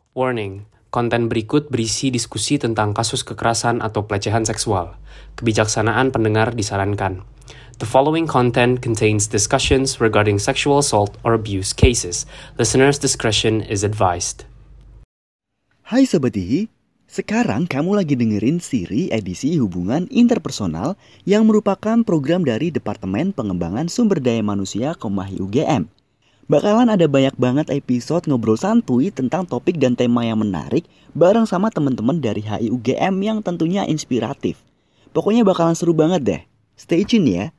Warning, konten berikut berisi diskusi tentang kasus kekerasan atau pelecehan seksual. Kebijaksanaan pendengar disarankan. The following content contains discussions regarding sexual assault or abuse cases. Listeners' discretion is advised. Hai Sobat Hihi, sekarang kamu lagi dengerin Siri edisi hubungan interpersonal yang merupakan program dari Departemen Pengembangan Sumber Daya Manusia Komahi UGM. Bakalan ada banyak banget episode ngobrol santuy tentang topik dan tema yang menarik bareng sama teman-teman dari HI UGM yang tentunya inspiratif. Pokoknya bakalan seru banget deh. Stay tune ya.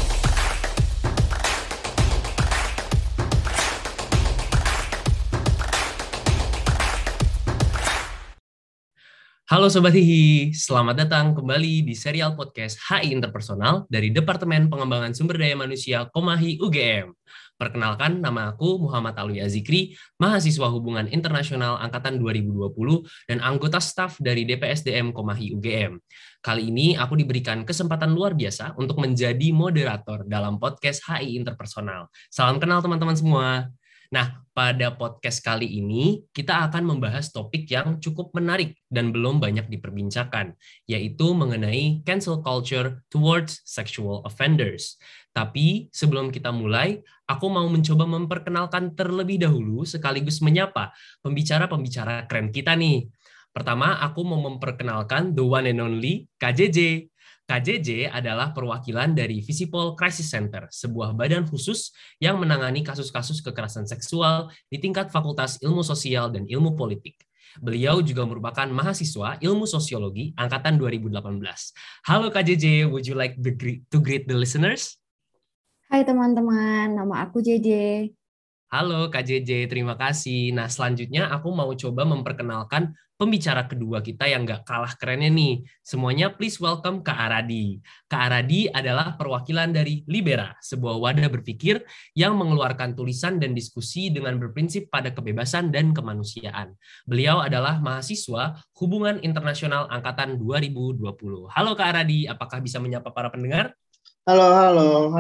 Halo Sobat Hihi, selamat datang kembali di serial podcast HI Interpersonal dari Departemen Pengembangan Sumber Daya Manusia Komahi UGM. Perkenalkan, nama aku Muhammad Alwi Azikri, mahasiswa Hubungan Internasional Angkatan 2020 dan anggota staf dari DPSDM Komahi UGM. Kali ini aku diberikan kesempatan luar biasa untuk menjadi moderator dalam podcast HI Interpersonal. Salam kenal teman-teman semua. Nah, pada podcast kali ini kita akan membahas topik yang cukup menarik dan belum banyak diperbincangkan, yaitu mengenai cancel culture towards sexual offenders. Tapi sebelum kita mulai, aku mau mencoba memperkenalkan terlebih dahulu sekaligus menyapa pembicara-pembicara keren kita nih. Pertama, aku mau memperkenalkan the one and only KJJ. KJJ adalah perwakilan dari Visipol Crisis Center, sebuah badan khusus yang menangani kasus-kasus kekerasan seksual di tingkat Fakultas Ilmu Sosial dan Ilmu Politik. Beliau juga merupakan mahasiswa ilmu sosiologi angkatan 2018. Halo KJJ, would you like to greet the listeners? Hai teman-teman, nama aku JJ. Halo Kak JJ, terima kasih. Nah, selanjutnya aku mau coba memperkenalkan pembicara kedua kita yang gak kalah kerennya nih. Semuanya please welcome Kak Aradi. Kak Aradi adalah perwakilan dari Libera, sebuah wadah berpikir yang mengeluarkan tulisan dan diskusi dengan berprinsip pada kebebasan dan kemanusiaan. Beliau adalah mahasiswa Hubungan Internasional Angkatan 2020. Halo Kak Aradi, apakah bisa menyapa para pendengar? Halo.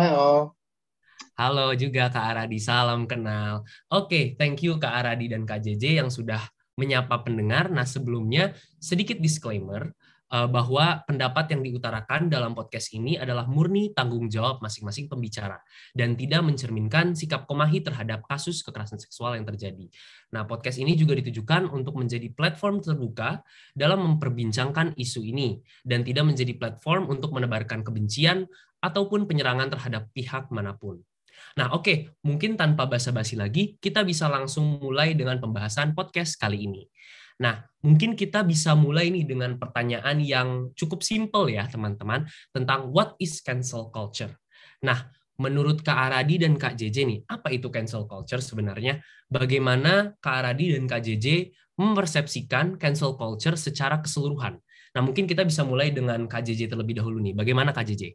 Halo juga Kak Aradi, salam kenal. Oke, thank you Kak Aradi dan Kak JJ yang sudah menyapa pendengar. Nah, sebelumnya sedikit disclaimer bahwa pendapat yang diutarakan dalam podcast ini adalah murni tanggung jawab masing-masing pembicara dan tidak mencerminkan sikap Komahi terhadap kasus kekerasan seksual yang terjadi. Nah, podcast ini juga ditujukan untuk menjadi platform terbuka dalam memperbincangkan isu ini dan tidak menjadi platform untuk menebarkan kebencian ataupun penyerangan terhadap pihak manapun. Nah, oke, mungkin tanpa basa-basi lagi, kita bisa langsung mulai dengan pembahasan podcast kali ini. Nah, mungkin kita bisa mulai nih dengan pertanyaan yang cukup simpel ya, teman-teman, tentang what is cancel culture. Nah, menurut Kak Aradi dan Kak JJ nih, apa itu cancel culture sebenarnya? Bagaimana Kak Aradi dan Kak JJ mempersepsikan cancel culture secara keseluruhan? Nah, mungkin kita bisa mulai dengan Kak JJ terlebih dahulu nih. Bagaimana Kak JJ?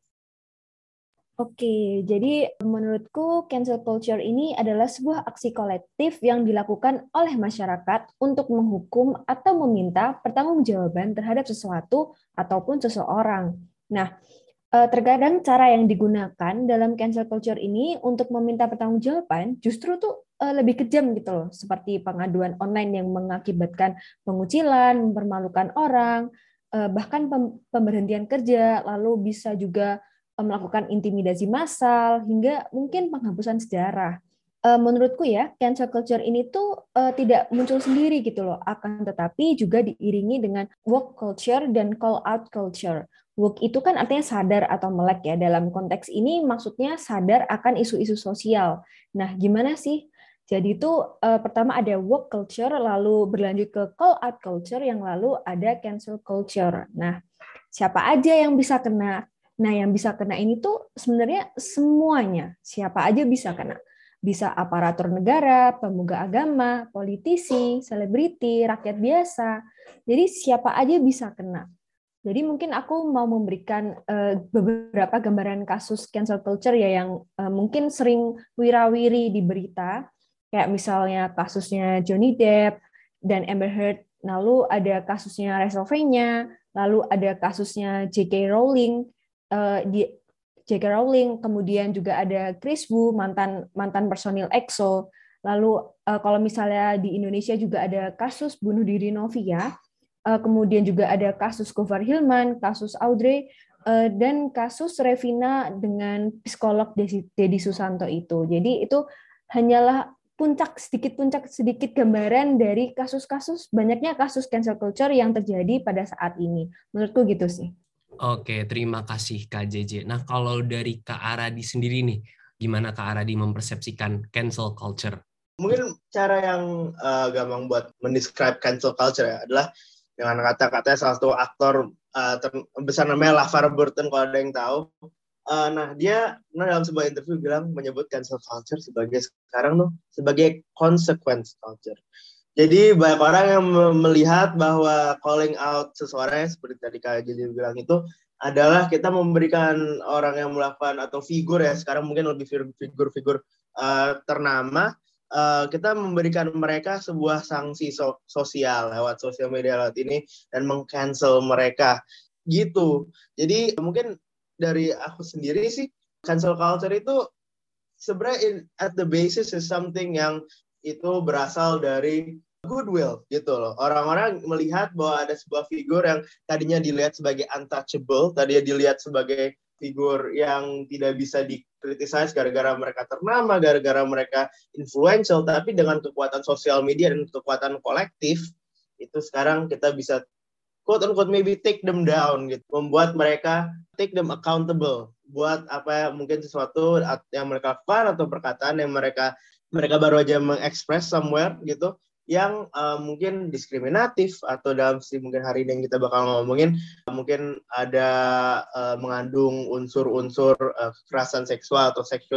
Oke, jadi menurutku cancel culture ini adalah sebuah aksi kolektif yang dilakukan oleh masyarakat untuk menghukum atau meminta pertanggungjawaban terhadap sesuatu ataupun seseorang. Nah, terkadang cara yang digunakan dalam cancel culture ini untuk meminta pertanggungjawaban justru tuh lebih kejam gitu loh, seperti pengaduan online yang mengakibatkan pengucilan, mempermalukan orang, bahkan pemberhentian kerja, lalu bisa juga melakukan intimidasi massal, hingga mungkin penghapusan sejarah. Menurutku ya, cancel culture ini tuh tidak muncul sendiri gitu loh, akan tetapi juga diiringi dengan woke culture dan call out culture. Woke itu kan artinya sadar atau melek ya, dalam konteks ini maksudnya sadar akan isu-isu sosial. Nah, gimana sih? Jadi itu pertama ada woke culture, lalu berlanjut ke call out culture, yang lalu ada cancel culture. Nah, siapa aja yang bisa kena? Nah, yang bisa kena ini tuh sebenarnya semuanya. Siapa aja bisa kena. Bisa aparatur negara, pemuka agama, politisi, selebriti, rakyat biasa. Jadi siapa aja bisa kena. Jadi mungkin aku mau memberikan beberapa gambaran kasus cancel culture ya yang mungkin sering wirawiri di berita. Kayak misalnya kasusnya Johnny Depp dan Amber Heard. Lalu ada kasusnya Wrestlemania. Lalu ada kasusnya J.K. Rowling. J.K. Rowling, kemudian juga ada Chris Wu, mantan personil EXO, Lalu kalau misalnya di Indonesia juga ada kasus bunuh diri Novia, kemudian juga ada kasus Gofar Hilman, kasus Audrey, dan kasus Revina dengan psikolog Dedi Susanto itu. Jadi itu hanyalah puncak sedikit gambaran dari kasus-kasus, banyaknya kasus cancel culture yang terjadi pada saat ini. Menurutku gitu sih. Oke, terima kasih Kak JJ. Nah, kalau dari Kak Aradi sendiri nih, gimana Kak Aradi mempersepsikan cancel culture? Mungkin cara yang gampang buat mendescribe cancel culture ya adalah dengan kata-katanya salah satu aktor terbesar namanya LeVar Burton kalau ada yang tahu. Nah dia dalam sebuah interview menyebut cancel culture sebagai consequence culture. Jadi banyak orang yang melihat bahwa calling out seseorang seperti tadi Kak Jadi bilang itu adalah kita memberikan orang yang melakukan atau figur ya sekarang mungkin lebih figur-figur ternama. Kita memberikan mereka sebuah sanksi sosial lewat sosial media lewat ini dan meng-cancel mereka gitu. Jadi mungkin dari aku sendiri sih cancel culture itu sebenarnya at the basis is something yang itu berasal dari goodwill gitu loh. Orang-orang melihat bahwa ada sebuah figur yang tadinya dilihat sebagai untouchable, tadinya dilihat sebagai figur yang tidak bisa dikritisize gara-gara mereka ternama, gara-gara mereka influential, tapi dengan kekuatan sosial media dan kekuatan kolektif, itu sekarang kita bisa quote-unquote maybe take them down gitu, membuat mereka take them accountable buat apa mungkin sesuatu yang mereka lakukan atau perkataan yang mereka baru aja mengekspres somewhere gitu, yang mungkin diskriminatif atau dalam mungkin hari ini yang kita bakal ngomongin mungkin ada mengandung unsur-unsur kekerasan seksual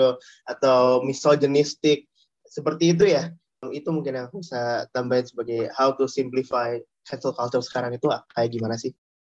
atau misogynistic seperti itu ya. Itu mungkin yang aku bisa tambahin sebagai how to simplify cancel culture sekarang itu kayak gimana sih?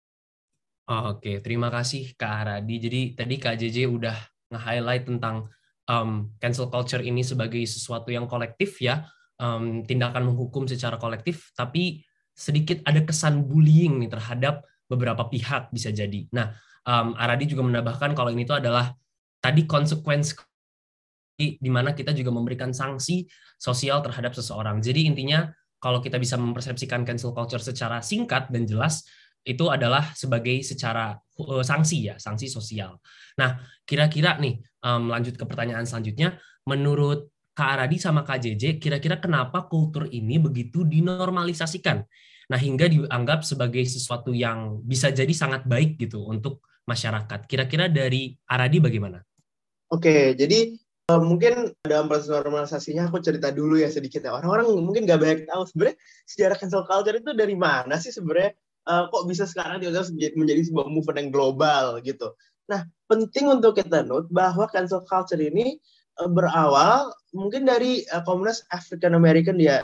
Oke, terima kasih Kak Aradi. Jadi tadi Kak JJ udah nge-highlight tentang cancel culture ini sebagai sesuatu yang kolektif ya. Tindakan menghukum secara kolektif, tapi sedikit ada kesan bullying nih terhadap beberapa pihak bisa jadi. Nah, Aradi juga menambahkan kalau ini tuh adalah tadi konsekuensi di mana kita juga memberikan sanksi sosial terhadap seseorang. Jadi intinya kalau kita bisa mempersepsikan cancel culture secara singkat dan jelas, itu adalah sebagai secara sanksi ya, sanksi sosial. Nah, kira-kira nih lanjut ke pertanyaan selanjutnya, menurut Kak Aradi sama Kak JJ, kira-kira kenapa kultur ini begitu dinormalisasikan? Nah, hingga dianggap sebagai sesuatu yang bisa jadi sangat baik gitu untuk masyarakat. Kira-kira dari Aradi bagaimana? Oke, jadi mungkin dalam proses normalisasinya aku cerita dulu ya sedikit ya. Orang-orang mungkin nggak banyak tahu sebenarnya sejarah cancel culture itu dari mana sih sebenarnya. Kok bisa sekarang menjadi sebuah movement yang global gitu. Nah, penting untuk kita note bahwa cancel culture ini berawal mungkin dari komunitas African American ya,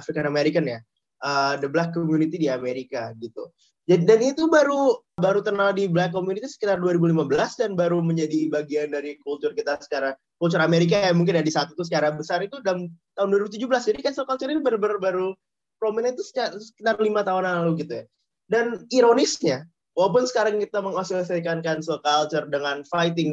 the Black community di Amerika gitu. Dan itu baru terkenal di Black community sekitar 2015 dan baru menjadi bagian dari kultur kita secara kultur Amerika ya mungkin ya di saat itu secara besar itu dalam tahun 2017. Jadi cancel culture ini baru prominent itu sekitar 5 tahun lalu gitu ya. Dan ironisnya, walaupun sekarang kita mengasosiasikan cancel culture dengan fighting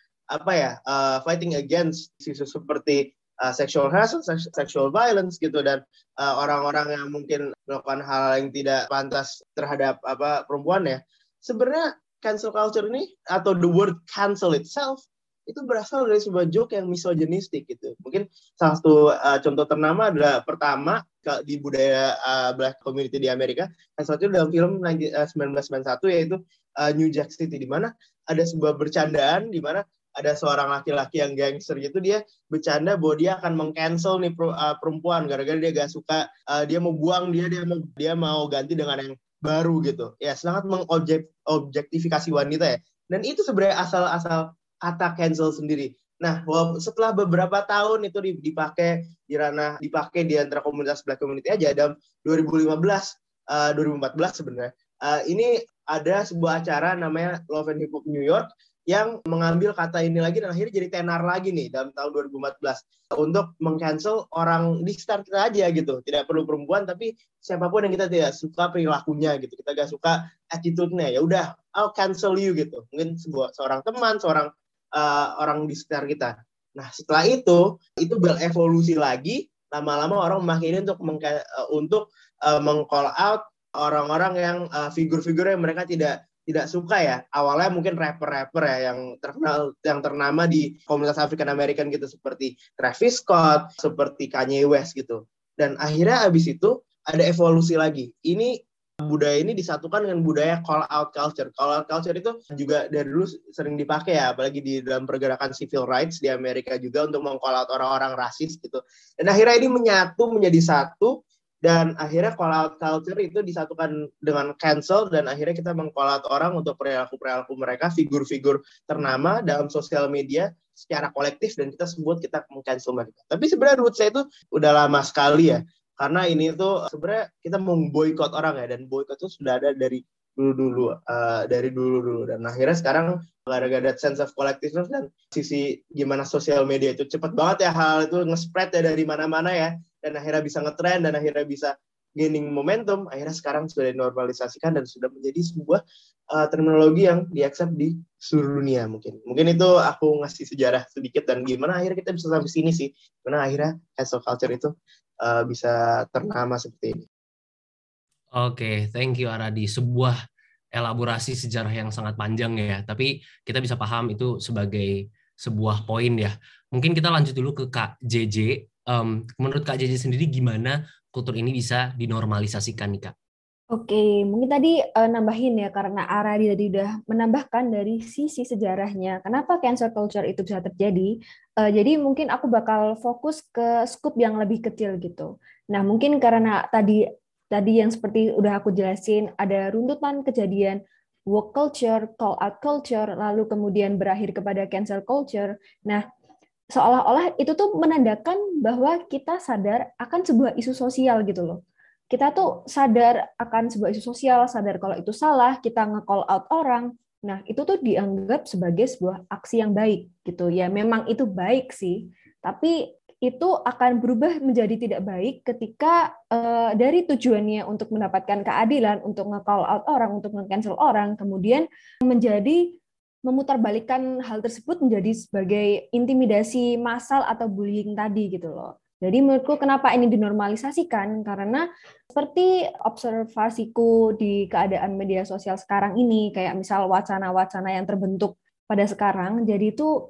against isu seperti sexual harassment, sexual violence gitu dan orang-orang yang mungkin melakukan hal yang tidak pantas terhadap perempuan ya. Sebenarnya cancel culture ini atau the word cancel itself itu berasal dari sebuah joke yang misogynistic gitu. Mungkin salah satu contoh ternama adalah pertama di budaya Black community di Amerika, salah satu dalam film 1991 yaitu New Jack City, di mana ada sebuah bercandaan di mana ada seorang laki-laki yang gangster gitu, dia bercanda bahwa dia akan meng-cancel nih perempuan gara-gara dia gak suka, dia mau buang dia mau ganti dengan yang baru gitu. Ya, sangat mengobjektifikas wanita ya. Dan itu sebenarnya asal kata cancel sendiri. Nah, setelah beberapa tahun itu dipakai di antara komunitas Black community aja dalam 2014 sebenarnya. Ini ada sebuah acara namanya Love and Hip Hop New York yang mengambil kata ini lagi dan akhirnya jadi tenar lagi nih dalam tahun 2014 untuk meng-cancel orang di sekitar kita aja gitu. Tidak perlu perempuan tapi siapapun yang kita tidak suka perilakunya gitu. Kita gak suka attitude-nya, ya udah I'll cancel you gitu. Mungkin seorang teman, orang di sekitar kita. Nah, setelah itu berevolusi lagi lama-lama orang memakai ini untuk meng-call out orang-orang yang figur-figur yang mereka tidak suka ya. Awalnya mungkin rapper-rapper ya yang terkenal, yang ternama di komunitas African American gitu, seperti Travis Scott, seperti Kanye West gitu. Dan akhirnya abis itu ada evolusi lagi. Ini budaya ini disatukan dengan budaya call out culture. Call out culture itu juga dari dulu sering dipakai ya, apalagi di dalam pergerakan civil rights di Amerika juga untuk meng-call out orang-orang rasis gitu. Dan akhirnya ini menyatu menjadi satu, dan akhirnya call out culture itu disatukan dengan cancel, dan akhirnya kita meng-call out orang untuk perilaku-perilaku mereka, figur-figur ternama dalam sosial media secara kolektif, dan kita meng-cancel mereka. Tapi sebenarnya menurut saya itu udah lama sekali ya. Karena ini tuh sebenarnya kita mau boikot orang ya, dan boikot itu sudah ada dari dulu dan akhirnya sekarang gara-gara sense of collectiveness dan sisi gimana sosial media itu cepat banget ya hal itu nge-spread ya dari mana-mana ya, dan akhirnya bisa nge-trend dan akhirnya bisa gaining momentum, akhirnya sekarang sudah dinormalisasikan dan sudah menjadi sebuah terminologi yang di-accept di seluruh dunia. Mungkin itu aku ngasih sejarah sedikit dan gimana akhirnya kita bisa sampai sini sih, gimana akhirnya cancel culture itu bisa ternama seperti ini. Oke, thank you Aradi. Sebuah elaborasi sejarah yang sangat panjang ya, tapi kita bisa paham itu sebagai sebuah poin ya. Mungkin kita lanjut dulu ke Kak JJ. Menurut Kak JJ sendiri gimana kultur ini bisa dinormalisasikan nih Kak? Oke, mungkin tadi nambahin ya, karena Aradi tadi udah menambahkan dari sisi sejarahnya, kenapa cancel culture itu bisa terjadi. Jadi mungkin aku bakal fokus ke scoop yang lebih kecil gitu. Nah, mungkin karena tadi yang seperti udah aku jelasin, ada runtutan kejadian woke culture, call out culture, lalu kemudian berakhir kepada cancel culture. Nah, seolah-olah itu tuh menandakan bahwa kita sadar akan sebuah isu sosial gitu loh. Kita tuh sadar akan sebuah isu sosial, sadar kalau itu salah, kita nge-call out orang. Nah, itu tuh dianggap sebagai sebuah aksi yang baik gitu. Ya, memang itu baik sih, tapi itu akan berubah menjadi tidak baik ketika dari tujuannya untuk mendapatkan keadilan, untuk nge-call out orang, untuk nge-cancel orang, kemudian menjadi memutarbalikkan hal tersebut menjadi sebagai intimidasi massal atau bullying tadi gitu loh. Jadi menurutku kenapa ini dinormalisasikan, karena seperti observasiku di keadaan media sosial sekarang ini, kayak misal wacana-wacana yang terbentuk pada sekarang, jadi itu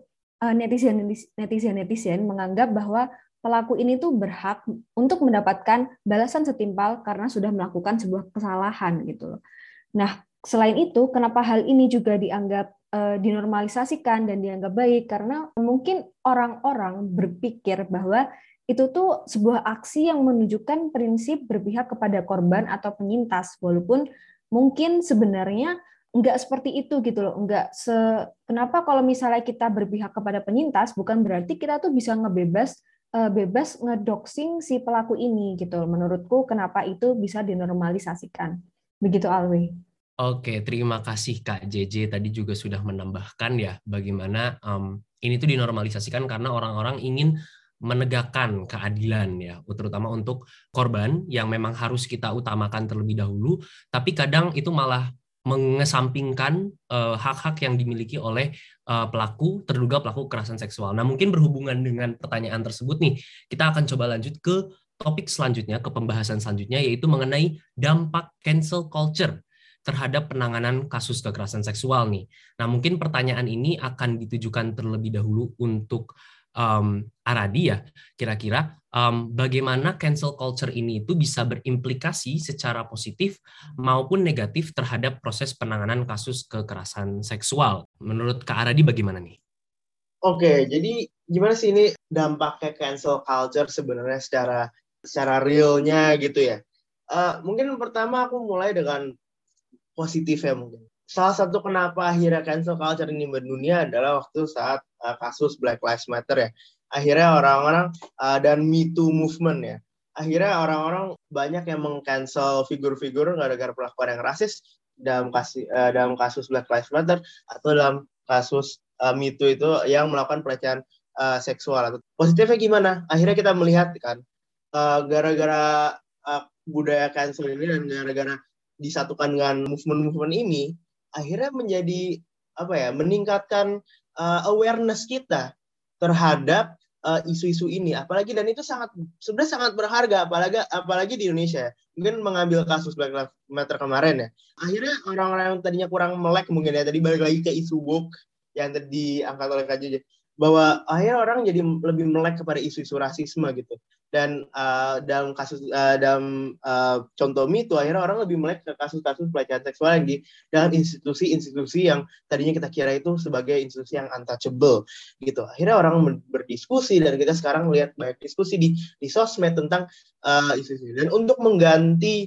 netizen menganggap bahwa pelaku ini tuh berhak untuk mendapatkan balasan setimpal karena sudah melakukan sebuah kesalahan gitu loh. Nah, selain itu, kenapa hal ini juga dianggap dinormalisasikan dan dianggap baik? Karena mungkin orang-orang berpikir bahwa itu tuh sebuah aksi yang menunjukkan prinsip berpihak kepada korban atau penyintas, walaupun mungkin sebenarnya enggak seperti itu gitu loh. Kenapa kalau misalnya kita berpihak kepada penyintas, bukan berarti kita tuh bisa bebas ngedoxing si pelaku ini gitu. Menurutku kenapa itu bisa dinormalisasikan. Begitu Alwi. Oke, terima kasih Kak JJ. Tadi juga sudah menambahkan ya bagaimana ini tuh dinormalisasikan karena orang-orang ingin menegakkan keadilan ya, terutama untuk korban yang memang harus kita utamakan terlebih dahulu, tapi kadang itu malah mengesampingkan hak-hak yang dimiliki oleh terduga pelaku kekerasan seksual. Nah, mungkin berhubungan dengan pertanyaan tersebut nih, kita akan coba lanjut ke topik selanjutnya, ke pembahasan selanjutnya, yaitu mengenai dampak cancel culture terhadap penanganan kasus kekerasan seksual nih. Nah, mungkin pertanyaan ini akan ditujukan terlebih dahulu untuk Aradi ya. Kira-kira bagaimana cancel culture ini itu bisa berimplikasi secara positif maupun negatif terhadap proses penanganan kasus kekerasan seksual. Menurut Kak Aradi bagaimana nih? Oke, jadi gimana sih ini dampaknya cancel culture sebenarnya secara realnya gitu ya? Mungkin pertama aku mulai dengan positifnya mungkin. Salah satu kenapa akhirnya cancel culture ini mendunia adalah waktu saat kasus Black Lives Matter ya. Akhirnya orang-orang dan Me Too movement ya. Akhirnya orang-orang banyak yang meng-cancel figur-figur gara-gara perlakuan yang rasis dalam kasus Black Lives Matter atau dalam kasus Me Too itu yang melakukan pelecehan seksual. Positifnya gimana? Akhirnya kita melihat kan gara-gara budaya cancel ini dan gara-gara disatukan dengan movement-movement ini, akhirnya menjadi meningkatkan awareness kita terhadap isu-isu ini, apalagi dan itu sebenarnya sangat berharga, apalagi di Indonesia. Mungkin mengambil kasus Black Lives Matter kemarin ya, akhirnya orang-orang yang tadinya kurang melek mungkin ya, tadi balik lagi ke isu woke yang tadi diangkat oleh Kak JJ, bahwa akhirnya orang jadi lebih melek kepada isu-isu rasisme gitu. Dan dalam contoh itu akhirnya orang lebih melek ke kasus-kasus pelecehan seksual yang di dalam institusi-institusi yang tadinya kita kira itu sebagai institusi yang untouchable gitu. Akhirnya orang berdiskusi dan kita sekarang melihat banyak diskusi di sosmed tentang isu-isu. Dan untuk mengganti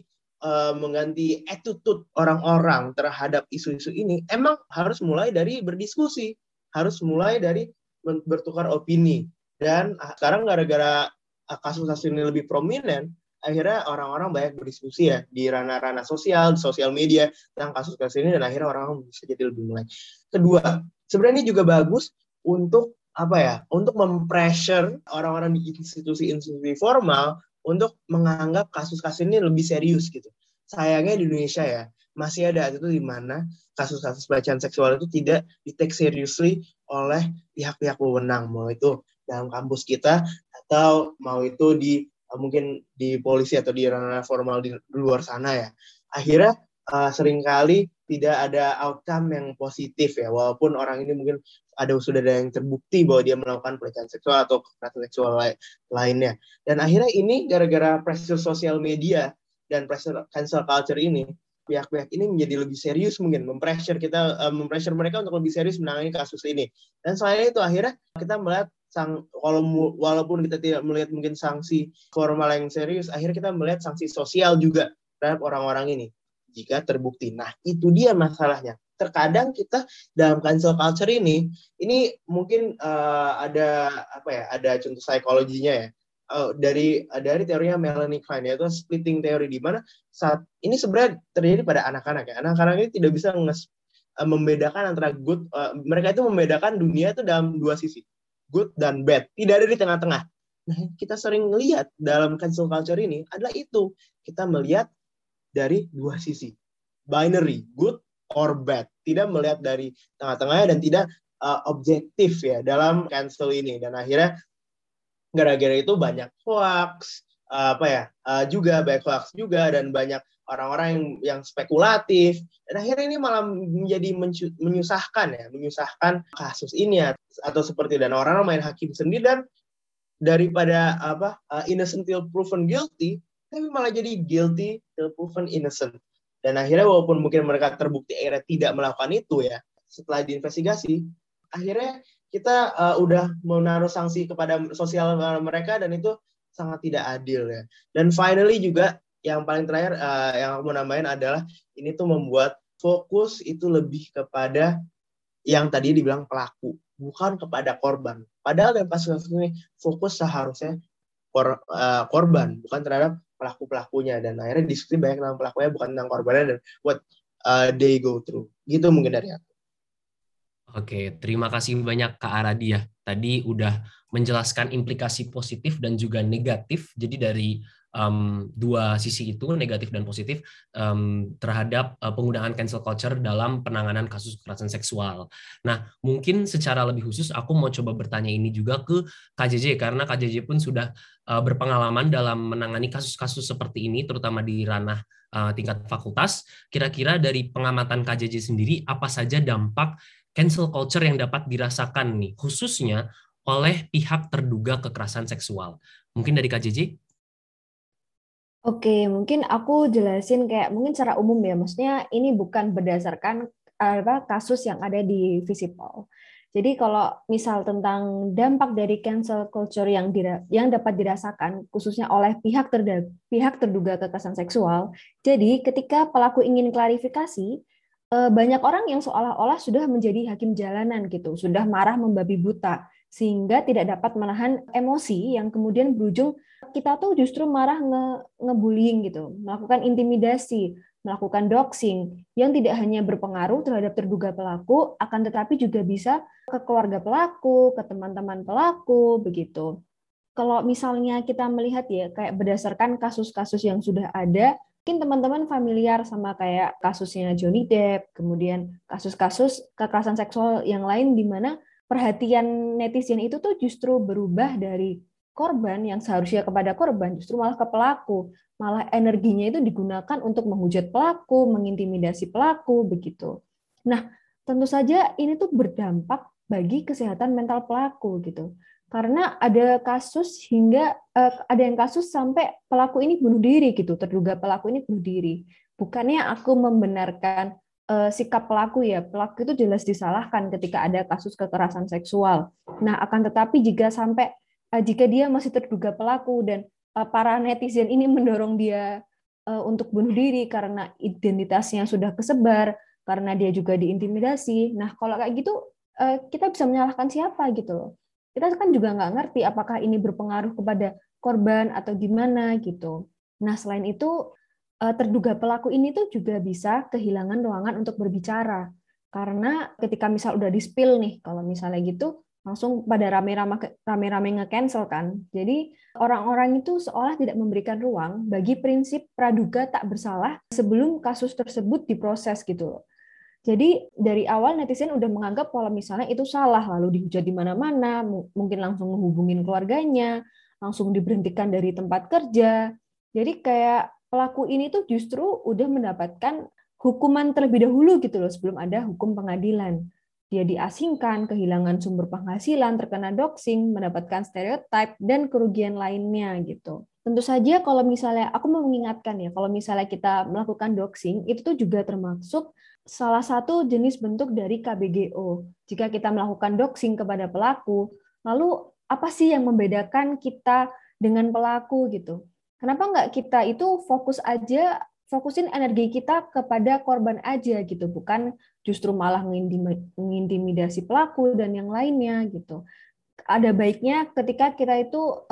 attitude orang-orang terhadap isu-isu ini, emang harus mulai dari berdiskusi, harus mulai dari bertukar opini. Dan sekarang gara-gara kasus-kasus ini lebih prominent, akhirnya orang-orang banyak berdiskusi ya di ranah-ranah sosial, di sosial media tentang kasus-kasus ini, dan akhirnya orang bisa jadi lebih mulai. Kedua, sebenarnya ini juga bagus untuk untuk mempressure orang-orang di institusi-institusi formal untuk menganggap kasus-kasus ini lebih serius gitu. Sayangnya di Indonesia ya, masih ada itu di mana kasus-kasus pelecehan seksual itu tidak di-take seriously oleh pihak-pihak berwenang, mau itu dalam kampus kita atau mau itu mungkin di polisi atau di ranah formal di luar sana ya. Akhirnya seringkali tidak ada outcome yang positif ya, walaupun orang ini mungkin sudah ada yang terbukti bahwa dia melakukan pelecehan seksual atau kekerasan seksual lainnya. Dan akhirnya ini gara-gara pressure sosial media dan pressure cancel culture ini, pihak-pihak ini menjadi lebih serius mungkin mempressure mereka untuk lebih serius menangani kasus ini. Dan selain itu akhirnya kita melihat walaupun kita tidak melihat mungkin sanksi formal yang serius, akhirnya kita melihat sanksi sosial juga terhadap orang-orang ini jika terbukti. Nah, itu dia masalahnya. Terkadang kita dalam cancel culture ini mungkin ada contoh psikologinya ya. Dari teorinya Melanie Klein, yaitu splitting theory, di mana saat ini sebenarnya terjadi pada anak-anak ya. Anak-anak ini tidak bisa membedakan antara good, mereka itu membedakan dunia itu dalam dua sisi, good dan bad, tidak ada di tengah-tengah. Nah, kita sering lihat dalam cancel culture ini adalah itu, kita melihat dari dua sisi, binary, good or bad, tidak melihat dari tengah-tengahnya dan tidak objektif ya dalam cancel ini. Dan akhirnya gara-gara itu banyak hoax, juga banyak hoax juga, dan banyak orang-orang yang spekulatif, dan akhirnya ini malah menjadi menyusahkan kasus ini ya. Atau seperti dan orang main hakim sendiri, dan daripada innocent till proven guilty, tapi malah jadi guilty till proven innocent. Dan akhirnya walaupun mungkin mereka terbukti akhirnya tidak melakukan itu ya, setelah diinvestigasi, akhirnya kita udah menaruh sanksi kepada sosial mereka, dan itu sangat tidak adil ya. Dan finally juga yang paling terakhir yang aku mau nambahin adalah ini tuh membuat fokus itu lebih kepada yang tadi dibilang pelaku, bukan kepada korban. Padahal dalam kasus ini fokus seharusnya korban, bukan terhadap pelaku-pelakunya. Dan akhirnya diskusi banyak tentang pelakunya, bukan tentang korbannya dan what they go through. Gitu mungkin dari aku. Oke, terima kasih banyak Kak Aradia. Tadi udah menjelaskan implikasi positif dan juga negatif. Jadi dari dua sisi itu, negatif dan positif, terhadap penggunaan cancel culture dalam penanganan kasus kekerasan seksual. Nah, mungkin secara lebih khusus aku mau coba bertanya ini juga ke Kak JJ, karena Kak JJ pun sudah berpengalaman dalam menangani kasus-kasus seperti ini, terutama di ranah tingkat fakultas. Kira-kira dari pengamatan Kak JJ sendiri, apa saja dampak cancel culture yang dapat dirasakan nih, khususnya oleh pihak terduga kekerasan seksual? Mungkin dari Kak JJ? Oke, mungkin aku jelasin kayak mungkin secara umum ya, maksudnya ini bukan berdasarkan kasus yang ada di Visipol. Jadi kalau misal tentang dampak dari cancel culture yang dapat dirasakan khususnya oleh pihak terduga kekerasan seksual, jadi ketika pelaku ingin klarifikasi, banyak orang yang seolah-olah sudah menjadi hakim jalanan gitu, sudah marah membabi buta, sehingga tidak dapat menahan emosi yang kemudian berujung kita tuh justru marah ngebullying gitu, melakukan intimidasi, melakukan doxing yang tidak hanya berpengaruh terhadap terduga pelaku, akan tetapi juga bisa ke keluarga pelaku, ke teman-teman pelaku, begitu. Kalau misalnya kita melihat ya, kayak berdasarkan kasus-kasus yang sudah ada, mungkin teman-teman familiar sama kayak kasusnya Johnny Depp, kemudian kasus-kasus kekerasan seksual yang lain di mana perhatian netizen itu tuh justru berubah dari korban yang seharusnya kepada korban, justru malah ke pelaku. Malah energinya itu digunakan untuk menghujat pelaku, mengintimidasi pelaku, begitu. Nah, tentu saja ini tuh berdampak bagi kesehatan mental pelaku gitu. Karena ada kasus ada yang kasus sampai pelaku ini bunuh diri gitu, terduga pelaku ini bunuh diri. Bukannya aku membenarkan sikap pelaku ya, pelaku itu jelas disalahkan ketika ada kasus kekerasan seksual. Nah, akan tetapi jika dia masih terduga pelaku dan para netizen ini mendorong dia untuk bunuh diri karena identitasnya sudah kesebar, karena dia juga diintimidasi. Nah, kalau kayak gitu kita bisa menyalahkan siapa gitu loh. Kita kan juga nggak ngerti apakah ini berpengaruh kepada korban atau gimana gitu. Nah, selain itu terduga pelaku ini tuh juga bisa kehilangan ruangan untuk berbicara. Karena ketika misal udah di-spill nih, kalau misalnya gitu, langsung pada rame-rame nge-cancel kan. Jadi orang-orang itu seolah tidak memberikan ruang bagi prinsip praduga tak bersalah sebelum kasus tersebut diproses gitu loh. Jadi dari awal netizen udah menganggap kalau misalnya itu salah, lalu dihujat di mana-mana, mungkin langsung menghubungin keluarganya, langsung diberhentikan dari tempat kerja. Jadi kayak pelaku ini tuh justru udah mendapatkan hukuman terlebih dahulu gitu loh sebelum ada hukum pengadilan. Dia diasingkan, kehilangan sumber penghasilan, terkena doxing, mendapatkan stereotip, dan kerugian lainnya gitu. Tentu saja kalau misalnya, aku mau mengingatkan ya, kalau misalnya kita melakukan doxing, itu tuh juga termasuk salah satu jenis bentuk dari KBGO. Jika kita melakukan doxing kepada pelaku, lalu apa sih yang membedakan kita dengan pelaku gitu? Kenapa nggak kita itu fokusin energi kita kepada korban aja gitu, bukan justru malah mengintimidasi pelaku dan yang lainnya gitu. Ada baiknya ketika kita itu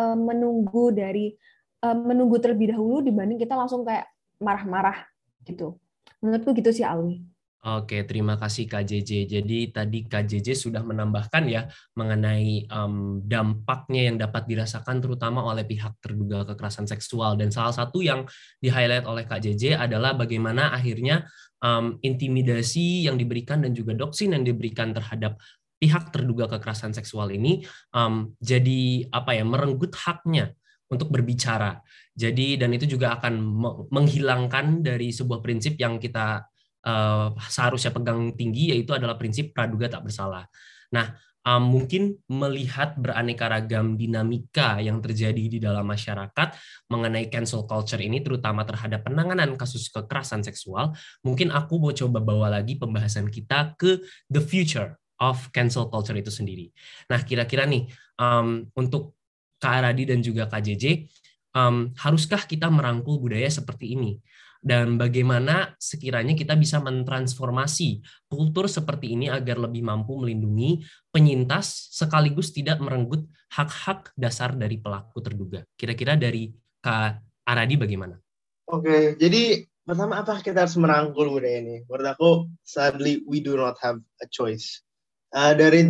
menunggu terlebih dahulu dibanding kita langsung kayak marah-marah gitu. Menurutku gitu sih, Alwi. Oke, terima kasih Kak JJ. Jadi tadi Kak JJ sudah menambahkan ya mengenai dampaknya yang dapat dirasakan terutama oleh pihak terduga kekerasan seksual. Dan salah satu yang di-highlight oleh Kak JJ adalah bagaimana akhirnya intimidasi yang diberikan dan juga doxing yang diberikan terhadap pihak terduga kekerasan seksual ini jadi merenggut haknya untuk berbicara. Jadi dan itu juga akan menghilangkan dari sebuah prinsip yang kita seharusnya pegang tinggi, yaitu adalah prinsip praduga tak bersalah. Nah, mungkin melihat beraneka ragam dinamika yang terjadi di dalam masyarakat mengenai cancel culture ini, terutama terhadap penanganan kasus kekerasan seksual, mungkin aku mau coba bawa lagi pembahasan kita ke the future of cancel culture itu sendiri. Nah, kira-kira nih, untuk Kak Aradi dan juga Kak JJ, haruskah kita merangkul budaya seperti ini? Dan bagaimana sekiranya kita bisa mentransformasi kultur seperti ini agar lebih mampu melindungi penyintas sekaligus tidak merenggut hak-hak dasar dari pelaku terduga. Kira-kira dari Kak Aradi bagaimana? Oke, jadi pertama apakah kita harus merangkul budaya ini? Menurut aku, sadly we do not have a choice. Dari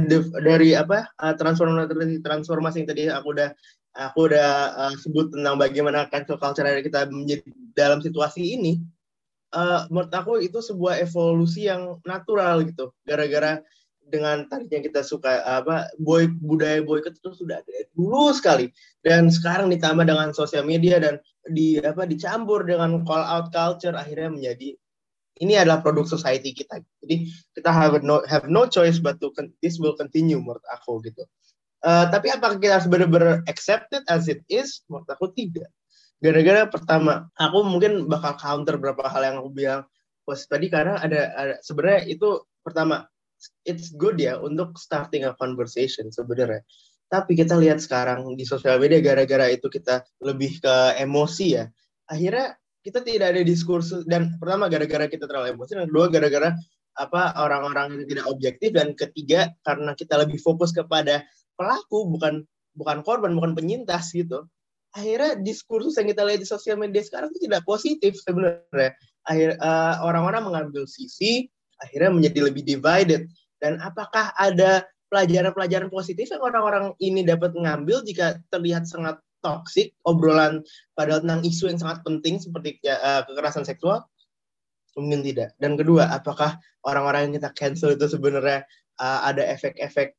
transformasi yang tadi aku udah sebut tentang bagaimana cancel culture kita menjadi dalam situasi ini, menurut aku itu sebuah evolusi yang natural gitu. Gara-gara dengan tadinya kita suka budaya boykot itu sudah ada dulu sekali, dan sekarang ditambah dengan sosial media dan dicampur dengan call out culture, akhirnya menjadi ini adalah produk society kita. Jadi kita have no choice but this will continue menurut aku gitu. Tapi apakah kita harus benar-benar accept it as it is? Menurut aku tidak. Gara-gara pertama, aku mungkin bakal counter beberapa hal yang aku bilang tadi, karena ada sebenarnya itu pertama, it's good ya untuk starting a conversation sebenarnya. Tapi kita lihat sekarang di sosial media, gara-gara itu kita lebih ke emosi ya. Akhirnya kita tidak ada diskursus, dan pertama gara-gara kita terlalu emosi, dan kedua gara-gara orang-orang yang tidak objektif, dan ketiga karena kita lebih fokus kepada pelaku bukan korban, bukan penyintas gitu. Akhirnya diskursus yang kita lihat di sosial media sekarang itu tidak positif sebenarnya. Orang-orang mengambil sisi, akhirnya menjadi lebih divided. Dan apakah ada pelajaran-pelajaran positif yang orang-orang ini dapat mengambil jika terlihat sangat toksik obrolan padahal tentang isu yang sangat penting seperti kekerasan seksual? Mungkin tidak. Dan kedua, apakah orang-orang yang kita cancel itu sebenarnya ada efek-efek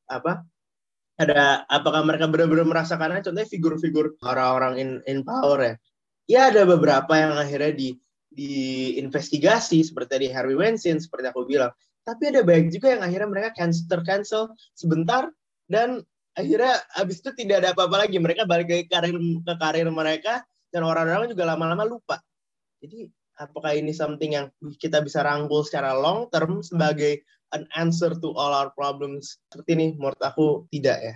apakah mereka benar-benar merasakannya? Contohnya figur-figur orang-orang in power ya. Ya ada beberapa yang akhirnya diinvestigasi seperti tadi Harvey Weinstein seperti aku bilang. Tapi ada banyak juga yang akhirnya mereka tercancel sebentar dan akhirnya habis itu tidak ada apa-apa lagi. Mereka balik ke karir mereka dan orang-orang juga lama-lama lupa. Jadi apakah ini something yang kita bisa rangkul secara long term sebagai an answer to all our problems? Seperti ini menurut aku tidak ya.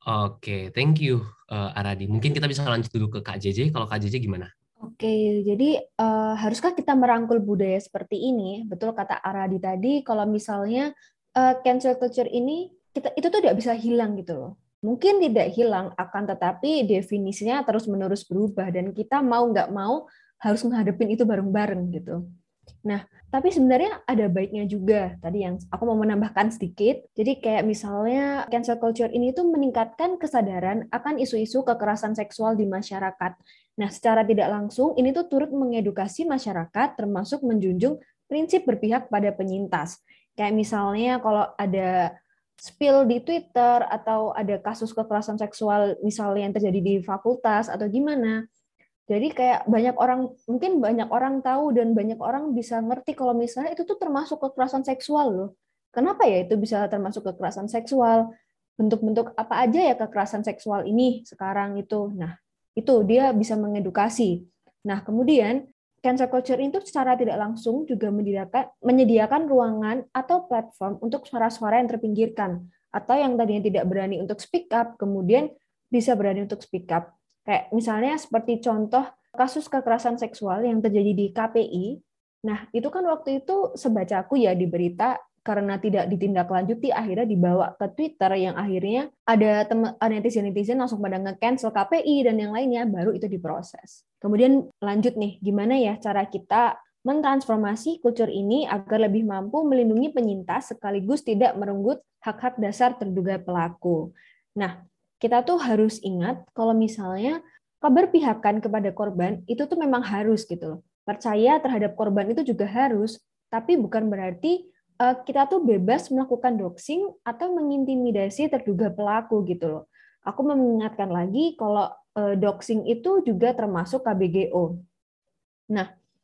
Oke, thank you Aradi. Mungkin kita bisa lanjut dulu ke Kak JJ. Kalau Kak JJ gimana? Oke, jadi haruskah kita merangkul budaya seperti ini? Betul kata Aradi tadi, kalau misalnya cancel culture ini itu tuh tidak bisa hilang gitu loh. Mungkin tidak hilang, akan tetapi definisinya terus-menerus berubah dan kita mau nggak mau harus menghadapin itu bareng-bareng gitu. Nah, tapi sebenarnya ada baiknya juga. Tadi yang aku mau menambahkan sedikit. Jadi kayak misalnya cancel culture ini tuh meningkatkan kesadaran akan isu-isu kekerasan seksual di masyarakat. Nah, secara tidak langsung ini tuh turut mengedukasi masyarakat termasuk menjunjung prinsip berpihak pada penyintas. Kayak misalnya kalau ada spill di Twitter atau ada kasus kekerasan seksual misalnya yang terjadi di fakultas atau gimana. Jadi kayak mungkin banyak orang tahu dan banyak orang bisa ngerti kalau misalnya itu tuh termasuk kekerasan seksual loh. Kenapa ya itu bisa termasuk kekerasan seksual? Bentuk-bentuk apa aja ya kekerasan seksual ini sekarang itu. Nah, itu dia bisa mengedukasi. Nah, kemudian cancel culture itu secara tidak langsung juga menyediakan ruangan atau platform untuk suara-suara yang terpinggirkan atau yang tadinya tidak berani untuk speak up, kemudian bisa berani untuk speak up. Kayak misalnya seperti contoh kasus kekerasan seksual yang terjadi di KPI. Nah, itu kan waktu itu sebacaku ya di berita karena tidak ditindaklanjuti akhirnya dibawa ke Twitter yang akhirnya ada netizen-netizen langsung pada nge-cancel KPI dan yang lainnya, baru itu diproses. Kemudian lanjut nih, gimana ya cara kita mentransformasi kultur ini agar lebih mampu melindungi penyintas sekaligus tidak merenggut hak-hak dasar terduga pelaku. Nah, kita tuh harus ingat kalau misalnya keberpihakan kepada korban itu tuh memang harus gitu loh. Percaya terhadap korban itu juga harus, tapi bukan berarti kita tuh bebas melakukan doxing atau mengintimidasi terduga pelaku gitu loh. Aku mengingatkan lagi kalau doxing itu juga termasuk KBGO. Nah,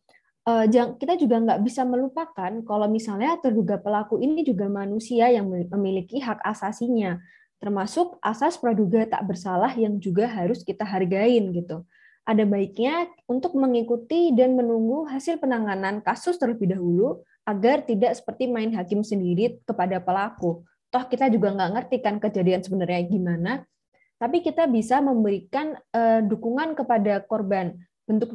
kita juga nggak bisa melupakan kalau misalnya terduga pelaku ini juga manusia yang memiliki hak asasinya, termasuk asas praduga tak bersalah yang juga harus kita hargain gitu. Ada baiknya untuk mengikuti dan menunggu hasil penanganan kasus terlebih dahulu agar tidak seperti main hakim sendiri kepada pelaku. Toh kita juga nggak ngerti kan kejadian sebenarnya gimana, tapi kita bisa memberikan dukungan kepada korban. Bentuk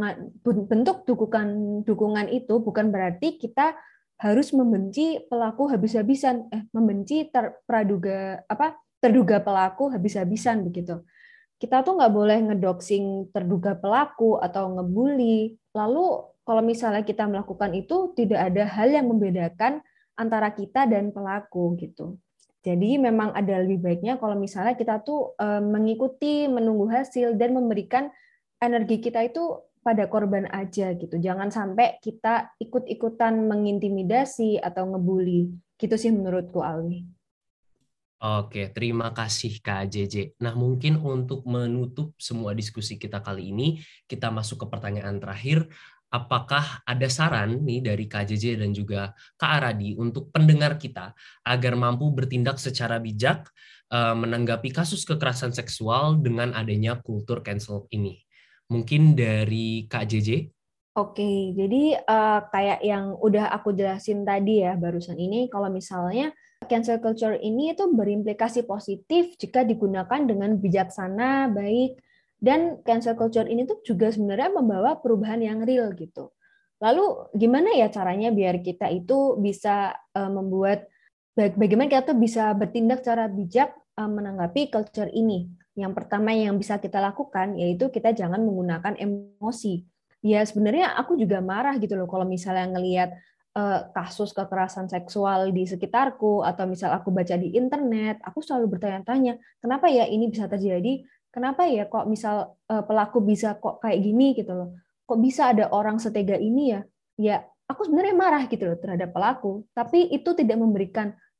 dukungan itu bukan berarti kita harus membenci pelaku habis-habisan, membenci terduga pelaku habis-habisan begitu. Kita tuh nggak boleh ngedoxing terduga pelaku atau ngebully. Lalu kalau misalnya kita melakukan itu, tidak ada hal yang membedakan antara kita dan pelaku gitu. Jadi memang ada lebih baiknya kalau misalnya kita tuh mengikuti, menunggu hasil dan memberikan energi kita itu pada korban aja gitu. Jangan sampai kita ikut-ikutan mengintimidasi atau ngebully. Gitu sih menurutku, Alwi. Oke, terima kasih Kak JJ. Nah, mungkin untuk menutup semua diskusi kita kali ini, kita masuk ke pertanyaan terakhir. Apakah ada saran nih dari Kak JJ dan juga Kak Aradi untuk pendengar kita agar mampu bertindak secara bijak menanggapi kasus kekerasan seksual dengan adanya kultur cancel ini? Mungkin dari Kak JJ? Oke, jadi kayak yang udah aku jelasin tadi ya barusan ini, kalau misalnya cancel culture ini itu berimplikasi positif jika digunakan dengan bijaksana, baik, dan cancel culture ini tuh juga sebenarnya membawa perubahan yang real gitu. Lalu gimana ya caranya biar kita itu bisa bagaimana kita tuh bisa bertindak secara bijak menanggapi culture ini? Yang pertama yang bisa kita lakukan yaitu kita jangan menggunakan emosi. Ya sebenarnya aku juga marah gitu loh kalau misalnya ngelihat kasus kekerasan seksual di sekitarku atau misal aku baca di internet, aku selalu bertanya-tanya, kenapa ya ini bisa terjadi? Kenapa ya kok misal pelaku bisa kok kayak gini gitu loh? Kok bisa ada orang setega ini ya? Ya, aku sebenarnya marah gitu loh terhadap pelaku, tapi itu tidak memberikan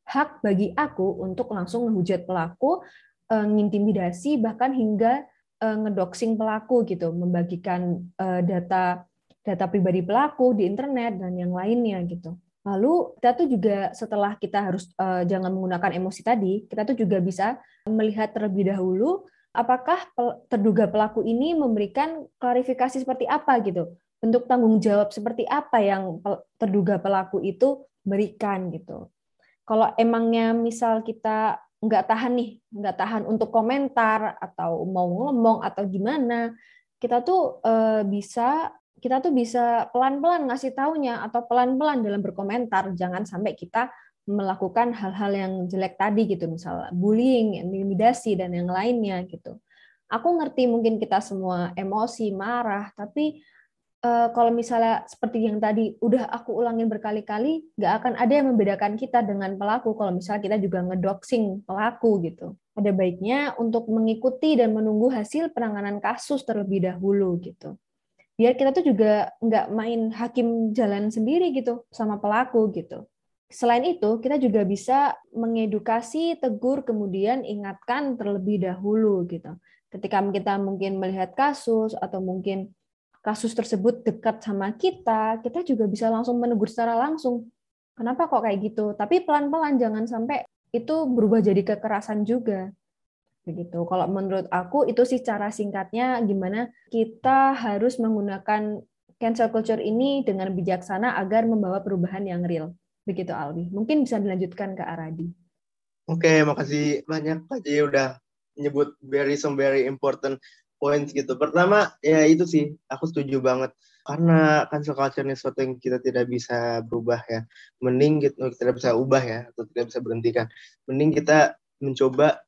hak bagi aku untuk langsung menghujat pelaku, ngintimidasi, bahkan hingga ngedoxing pelaku gitu, membagikan data pribadi pelaku di internet dan yang lainnya gitu. Lalu kita tuh juga setelah kita harus jangan menggunakan emosi tadi, kita tuh juga bisa melihat terlebih dahulu apakah terduga pelaku ini memberikan klarifikasi seperti apa gitu, bentuk tanggung jawab seperti apa yang terduga pelaku itu berikan gitu. Kalau emangnya misal kita nggak tahan untuk komentar atau mau ngomong atau gimana, kita tuh bisa pelan-pelan ngasih taunya atau pelan-pelan dalam berkomentar. Jangan sampai kita melakukan hal-hal yang jelek tadi gitu, misalnya bullying, intimidasi dan yang lainnya gitu. Aku ngerti mungkin kita semua emosi, marah, tapi kalau misalnya seperti yang tadi udah aku ulangin berkali-kali, nggak akan ada yang membedakan kita dengan pelaku kalau misalnya kita juga ngedoxing pelaku gitu. Ada baiknya untuk mengikuti dan menunggu hasil penanganan kasus terlebih dahulu gitu. Biar kita tuh juga nggak main hakim jalan sendiri gitu sama pelaku gitu. Selain itu, kita juga bisa mengedukasi, tegur, kemudian ingatkan terlebih dahulu gitu. Ketika kita mungkin melihat kasus atau mungkin kasus tersebut dekat sama kita juga bisa langsung menegur secara langsung. Kenapa kok kayak gitu? Tapi pelan-pelan, jangan sampai itu berubah jadi kekerasan juga. Begitu. Kalau menurut aku itu sih cara singkatnya gimana kita harus menggunakan cancel culture ini dengan bijaksana agar membawa perubahan yang real. Begitu Alwi. Mungkin bisa dilanjutkan ke Aradi. Oke, makasih banyak Kak Ji udah nyebut some very important points gitu. Pertama, ya itu sih, aku setuju banget. Karena cancel culture ini sesuatu yang kita tidak bisa berubah ya. Mending kita tidak bisa ubah ya, atau tidak bisa berhentikan. Mending kita mencoba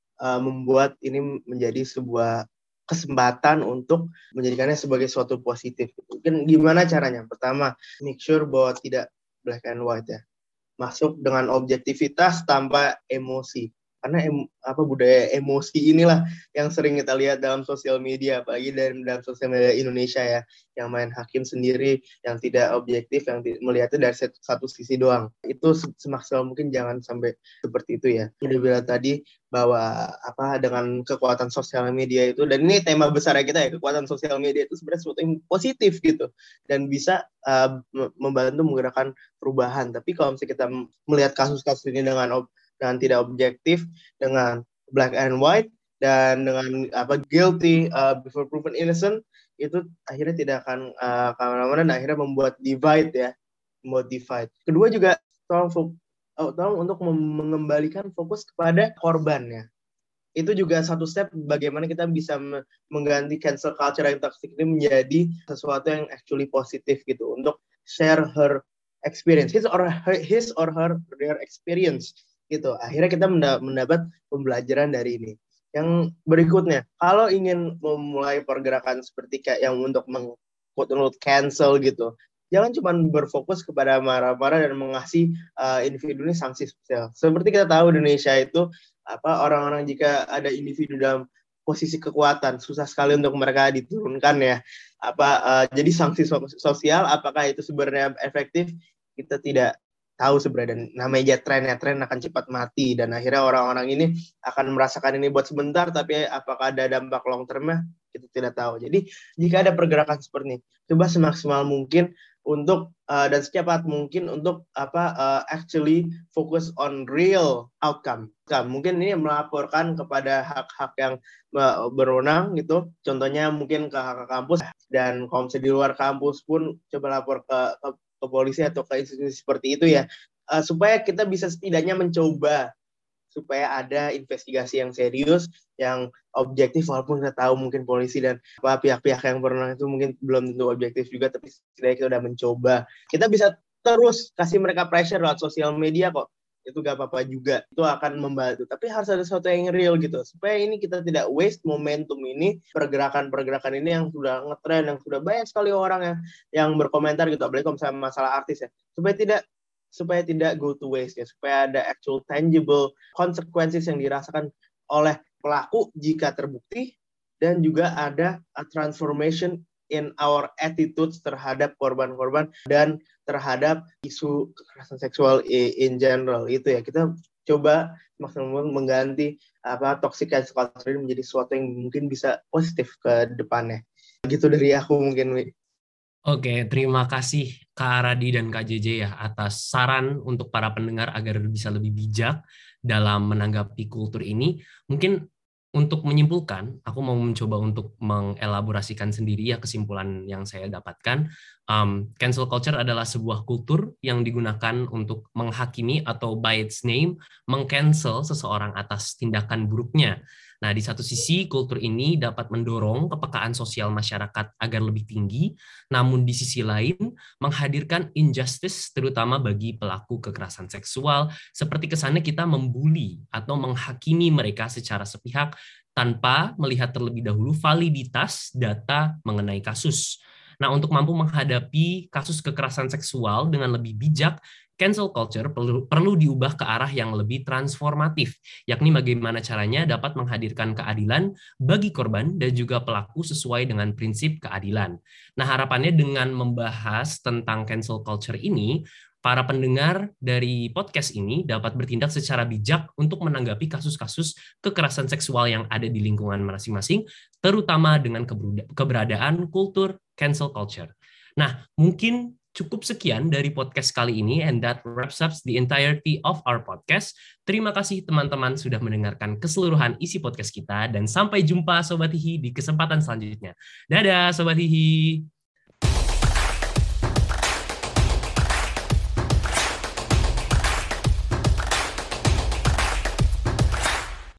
membuat ini menjadi sebuah kesempatan untuk menjadikannya sebagai suatu positif. Mungkin gimana caranya? Pertama, make sure bahwa tidak black and white ya. Masuk dengan objektivitas tanpa emosi. Karena budaya emosi inilah yang sering kita lihat dalam sosial media, apalagi dalam sosial media Indonesia ya, yang main hakim sendiri, yang tidak objektif, yang melihatnya dari satu sisi doang. Itu semaksimal mungkin jangan sampai seperti itu ya. Udah bilang tadi bahwa dengan kekuatan sosial media itu, dan ini tema besar kita ya, kekuatan sosial media itu sebenarnya sesuatu yang positif gitu, dan bisa membantu menggerakkan perubahan. Tapi kalau misalnya kita melihat kasus-kasus ini dengan tidak objektif, dengan black and white, dan dengan guilty before proven innocent, itu akhirnya tidak akan kemana-mana, dan akhirnya membuat divide. Kedua juga tolong untuk mengembalikan fokus kepada korbannya. Itu juga satu step bagaimana kita bisa mengganti cancel culture yang toxic ini menjadi sesuatu yang actually positif gitu, untuk share her experience, his or her experience gitu. Akhirnya kita mendapat pembelajaran dari ini. Yang berikutnya, kalau ingin memulai pergerakan seperti kayak yang untuk quote-unquote cancel gitu, jangan cuma berfokus kepada marah-marah dan mengasih individu ini sanksi sosial. Seperti kita tahu di Indonesia itu orang-orang jika ada individu dalam posisi kekuatan, susah sekali untuk mereka diturunkan ya. Jadi sanksi sosial apakah itu sebenarnya efektif? Kita tidak tahu sebenarnya, dan namanya tren akan cepat mati, dan akhirnya orang-orang ini akan merasakan ini buat sebentar, tapi apakah ada dampak long termnya kita tidak tahu. Jadi jika ada pergerakan seperti ini, coba semaksimal mungkin untuk dan secepat mungkin untuk actually focus on real outcome. Mungkin ini melaporkan kepada hak-hak yang berwenang gitu. Contohnya mungkin ke hak kampus, dan kalau misalnya di luar kampus pun coba lapor ke polisi atau ke institusi seperti itu ya, supaya kita bisa setidaknya mencoba supaya ada investigasi yang serius, yang objektif, walaupun kita tahu mungkin polisi dan pihak-pihak yang berwenang itu mungkin belum tentu objektif juga, tapi setidaknya kita udah mencoba. Kita bisa terus kasih mereka pressure lewat sosial media kok, itu gak apa-apa juga, itu akan membantu. Tapi harus ada sesuatu yang real gitu, supaya ini kita tidak waste momentum ini, pergerakan ini yang sudah ngetrend, yang sudah banyak sekali orang yang berkomentar gitu, apalagi kalau misalnya masalah artis ya, supaya tidak go to waste ya, supaya ada actual tangible consequences yang dirasakan oleh pelaku jika terbukti, dan juga ada a transformation in our attitudes terhadap korban-korban dan terhadap isu kekerasan seksual in general itu ya. Kita coba maksimal mengganti toxic cancel culture ini menjadi sesuatu yang mungkin bisa positif ke depannya. Gitu dari aku mungkin, Wi. Oke, terima kasih Kak Radi dan Kak JJ ya atas saran untuk para pendengar agar bisa lebih bijak dalam menanggapi kultur ini. Mungkin untuk menyimpulkan, aku mau mencoba untuk mengelaborasikan sendiri ya kesimpulan yang saya dapatkan. Cancel culture adalah sebuah kultur yang digunakan untuk menghakimi atau by its name, meng-cancel seseorang atas tindakan buruknya. Nah, di satu sisi kultur ini dapat mendorong kepekaan sosial masyarakat agar lebih tinggi, namun di sisi lain menghadirkan injustice terutama bagi pelaku kekerasan seksual, seperti kesannya kita membuli atau menghakimi mereka secara sepihak tanpa melihat terlebih dahulu validitas data mengenai kasus. Nah, untuk mampu menghadapi kasus kekerasan seksual dengan lebih bijak, cancel culture perlu diubah ke arah yang lebih transformatif, yakni bagaimana caranya dapat menghadirkan keadilan bagi korban dan juga pelaku sesuai dengan prinsip keadilan. Nah, harapannya dengan membahas tentang cancel culture ini, para pendengar dari podcast ini dapat bertindak secara bijak untuk menanggapi kasus-kasus kekerasan seksual yang ada di lingkungan masing-masing, terutama dengan keberadaan kultur cancel culture. Nah, mungkin cukup sekian dari podcast kali ini, and that wraps up the entirety of our podcast. Terima kasih teman-teman sudah mendengarkan keseluruhan isi podcast kita, dan sampai jumpa Sobat Hihi di kesempatan selanjutnya. Dadah Sobat Hihi!